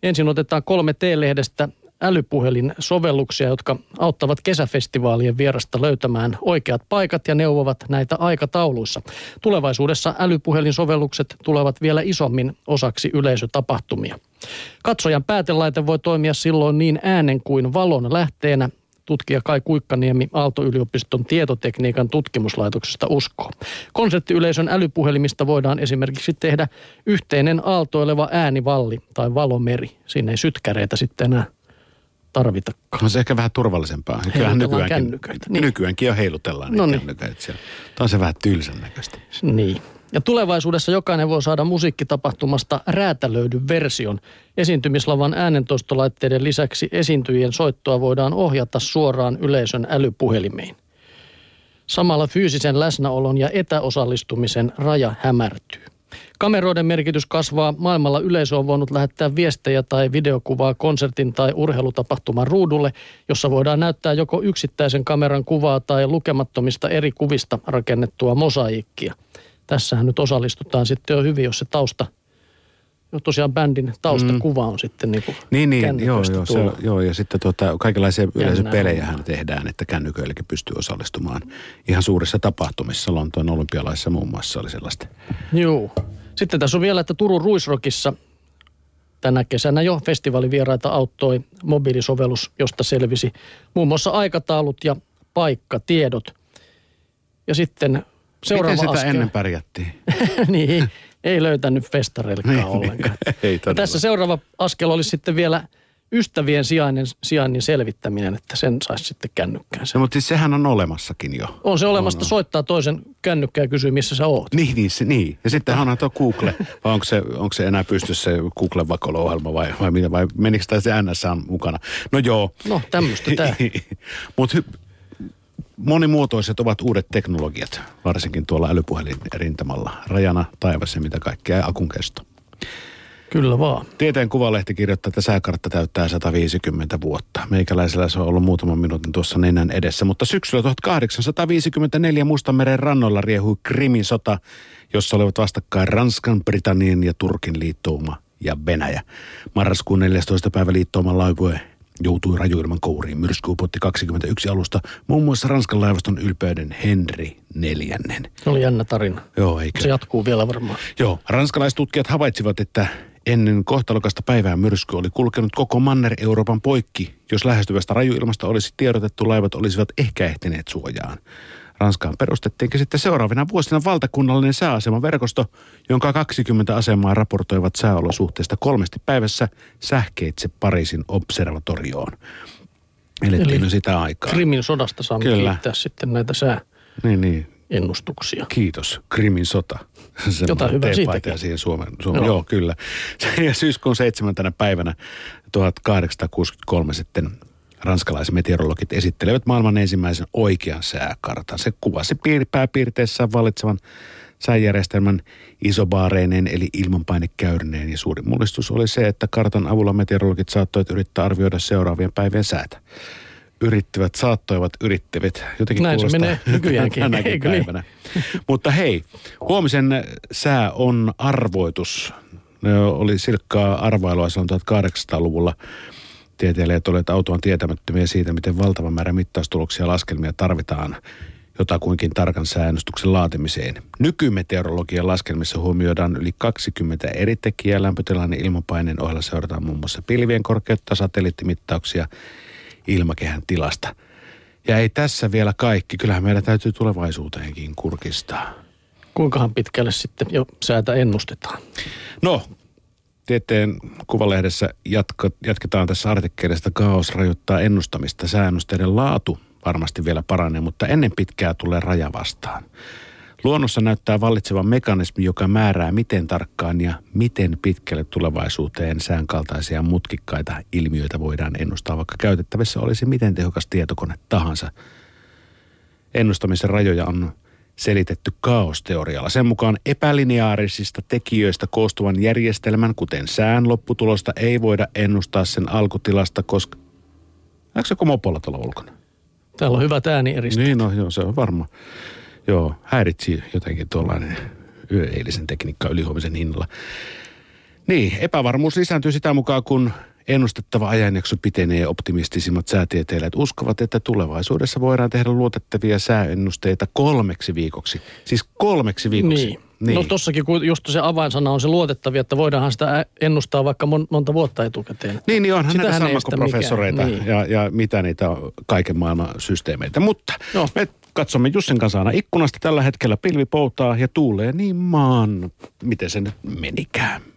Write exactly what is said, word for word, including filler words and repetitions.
Ensin otetaan kolme T-lehdestä älypuhelin-sovelluksia, jotka auttavat kesäfestivaalien vierasta löytämään oikeat paikat ja neuvovat näitä aikatauluissa. Tulevaisuudessa älypuhelin-sovellukset tulevat vielä isommin osaksi yleisötapahtumia. Katsojan päätelaite voi toimia silloin niin äänen kuin valon lähteenä. Tutkija Kai Kuikkaniemi Aalto-yliopiston tietotekniikan tutkimuslaitoksesta uskoo. Konserttiyleisön älypuhelimista voidaan esimerkiksi tehdä yhteinen aaltoileva äänivalli tai valomeri. Siinä ei sytkäreitä sitten enää tarvitakaan. On se ehkä vähän turvallisempaa. Heilutellaan kännyköitä. Niin. Nykyäänkin jo heilutellaan niitä Noniin. kännyköitä siellä. Tämä on se vähän tylsän näköistä. Niin. Ja tulevaisuudessa jokainen voi saada musiikkitapahtumasta räätälöidyn version. Esiintymislavan äänentoistolaitteiden lisäksi esiintyjien soittoa voidaan ohjata suoraan yleisön älypuhelimeen. Samalla fyysisen läsnäolon ja etäosallistumisen raja hämärtyy. Kameroiden merkitys kasvaa. Maailmalla yleisö on voinut lähettää viestejä tai videokuvaa konsertin tai urheilutapahtuman ruudulle, jossa voidaan näyttää joko yksittäisen kameran kuvaa tai lukemattomista eri kuvista rakennettua mosaiikkia. Tässähän nyt osallistutaan sitten jo hyvin, jos se tausta, jo tosiaan bändin taustakuva on sitten niin kuin Niin, niin joo, joo, se, tullut. joo, ja sitten tuota, kaikenlaisia yleisöpelejähän tehdään, että kännyköilläkin pystyy osallistumaan ihan suurissa tapahtumissa. Lontoon olympialaisissa muun muassa oli sellaista. Joo. Sitten tässä on vielä, että Turun Ruisrockissa tänä kesänä jo festivaalivieraita auttoi mobiilisovellus, josta selvisi muun muassa aikataulut ja paikkatiedot. Ja sitten seuraava Miten sitä askel. ennen pärjättiin? Niin, ei löytänyt festareillekaan Niin, ollenkaan. ei ja tässä seuraava askel olisi sitten vielä ystävien sijainnin, sijainnin selvittäminen, että sen saisi sitten kännykkäänsä. No, mutta siis sehän on olemassakin jo. On se olemassa, on, on. soittaa toisen kännykkää ja kysyy, missä sä oot. Niin, niin, se, niin. Ja sitten onhan tuo Google, vai onko se, onko se enää pystyssä se Googlen vakolo-ohjelma vai, vai mitä, vai menikö tämä se N S A mukana? No joo. No tämmöistä tämä. Mutta monimuotoiset ovat uudet teknologiat, varsinkin tuolla älypuhelin rintamalla. Rajana, taivas ja mitä kaikkea, ja akun kesto. Kyllä vaan. Tieteen Kuvalehti kirjoittaa, että sääkartta täyttää sata viisikymmentä vuotta. Meikäläisellä se on ollut muutaman minuutin tuossa nenän edessä, mutta syksyllä tuhatkahdeksansataaviisikymmentäneljä Mustanmeren rannoilla riehui Krimin sota, jossa olivat vastakkain Ranskan, Britannian ja Turkin liittouma ja Venäjä. Marraskuun neljästoista päivä liittouman laivue joutui rajuilman kouriin. Myrsky upotti kaksikymmentäyksi alusta, muun muassa Ranskan laivaston ylpeyden Henry neljännen. Se oli jännä tarina. Joo, eikö? Se jatkuu vielä varmaan. Joo, ranskalaistutkijat havaitsivat, että ennen kohtalokasta päivää myrsky oli kulkenut koko Manner-Euroopan poikki. Jos lähestyvästä rajuilmasta olisi tiedotettu, laivat olisivat ehkä ehtineet suojaan. Ranskaan perustettiinkin sitten seuraavina vuosina valtakunnallinen sääasemaverkosto, jonka kaksikymmentä asemaa raportoivat sääolosuhteista kolmesti päivässä sähkeitse Pariisin observatorioon. Elettiin jo sitä aikaa. Krimin sodasta saamme Kyllä. kiittää sitten näitä Niin, niin. sääennustuksia. Kiitos. Krimin sota. Jotain hyvää siitäkin. Siihen Suomen, Suomen. Joo. Joo, kyllä. Ja syyskuun seitsemäntenä päivänä tuhatkahdeksansataakuusikymmentäkolme sitten ranskalaismeteorologit esittelevät maailman ensimmäisen oikean sääkartan. Se kuvasi piir- pääpiirteissään vallitsevan sääjärjestelmän isobaareineen eli ilmanpainekäyryneen. Ja suurin mullistus oli se, että kartan avulla meteorologit saattoivat yrittää arvioida seuraavien päivien säätä. Yrittivät, saattoivat, yrittivät. Jotenkin näin se menee nykyäänkin. tänäkin päivänä. Niin? Mutta hei, huomisen sää on arvoitus. Ne oli silkkaa arvailua silloin tuhatkahdeksansataaluvulla. Tieteilijät olivat autuaan tietämättömiä siitä, miten valtava määrä mittaustuloksia ja laskelmia tarvitaan jotakuinkin tarkan säännöstyksen laatimiseen. Nykymeteorologian laskelmissa huomioidaan yli kaksikymmentä eri tekijää. Lämpötilan ja ilmapaineen ohella seurataan muun muassa pilvien korkeutta, satelliittimittauksia ilmakehän tilasta. Ja ei tässä vielä kaikki. Kyllähän meidän täytyy tulevaisuuteenkin kurkistaa. Kuinkahan pitkälle sitten jo säätä ennustetaan? No, Tieteen Kuvalehdessä jatka, jatketaan tässä artikkelista. Kaos rajoittaa ennustamista. Sääennusteiden laatu varmasti vielä paranee, mutta ennen pitkää tulee raja vastaan. Luonnossa näyttää vallitsevan mekanismi, joka määrää miten tarkkaan ja miten pitkälle tulevaisuuteen sään kaltaisia mutkikkaita ilmiöitä voidaan ennustaa, vaikka käytettävissä olisi miten tehokas tietokone tahansa. Ennustamisen rajoja on selitetty kaosteorialla. Sen mukaan epälineaarisista tekijöistä koostuvan järjestelmän, kuten sään lopputulosta, ei voida ennustaa sen alkutilasta, koska... Eikö joku mopolla tuolla ulkona? Täällä on hyvät äänieristeet. Niin, no joo, se on varma. Joo, häiritsi jotenkin tuollainen eilisen tekniikka ylihuomisen hinnalla. Niin, epävarmuus lisääntyy sitä mukaan, kun ennustettava ajanjakso pitenee. Optimistisimmat säätieteilijät uskovat, että tulevaisuudessa voidaan tehdä luotettavia sääennusteita kolmeksi viikoksi. Siis kolmeksi viikoksi. Niin. Niin. No tossakin just se avainsana on se luotettavia, että voidaanhan sitä ennustaa vaikka mon, monta vuotta etukäteen. Niin, niin onhan Sitähän näitä sammakkoprofessoreita niin. ja, ja mitä niitä on, kaiken maailman systeemeitä. Mutta no. me katsomme Jussin kanssa aina ikkunasta tällä hetkellä pilvi poutaa ja tuulee niin maan, miten se nyt menikään.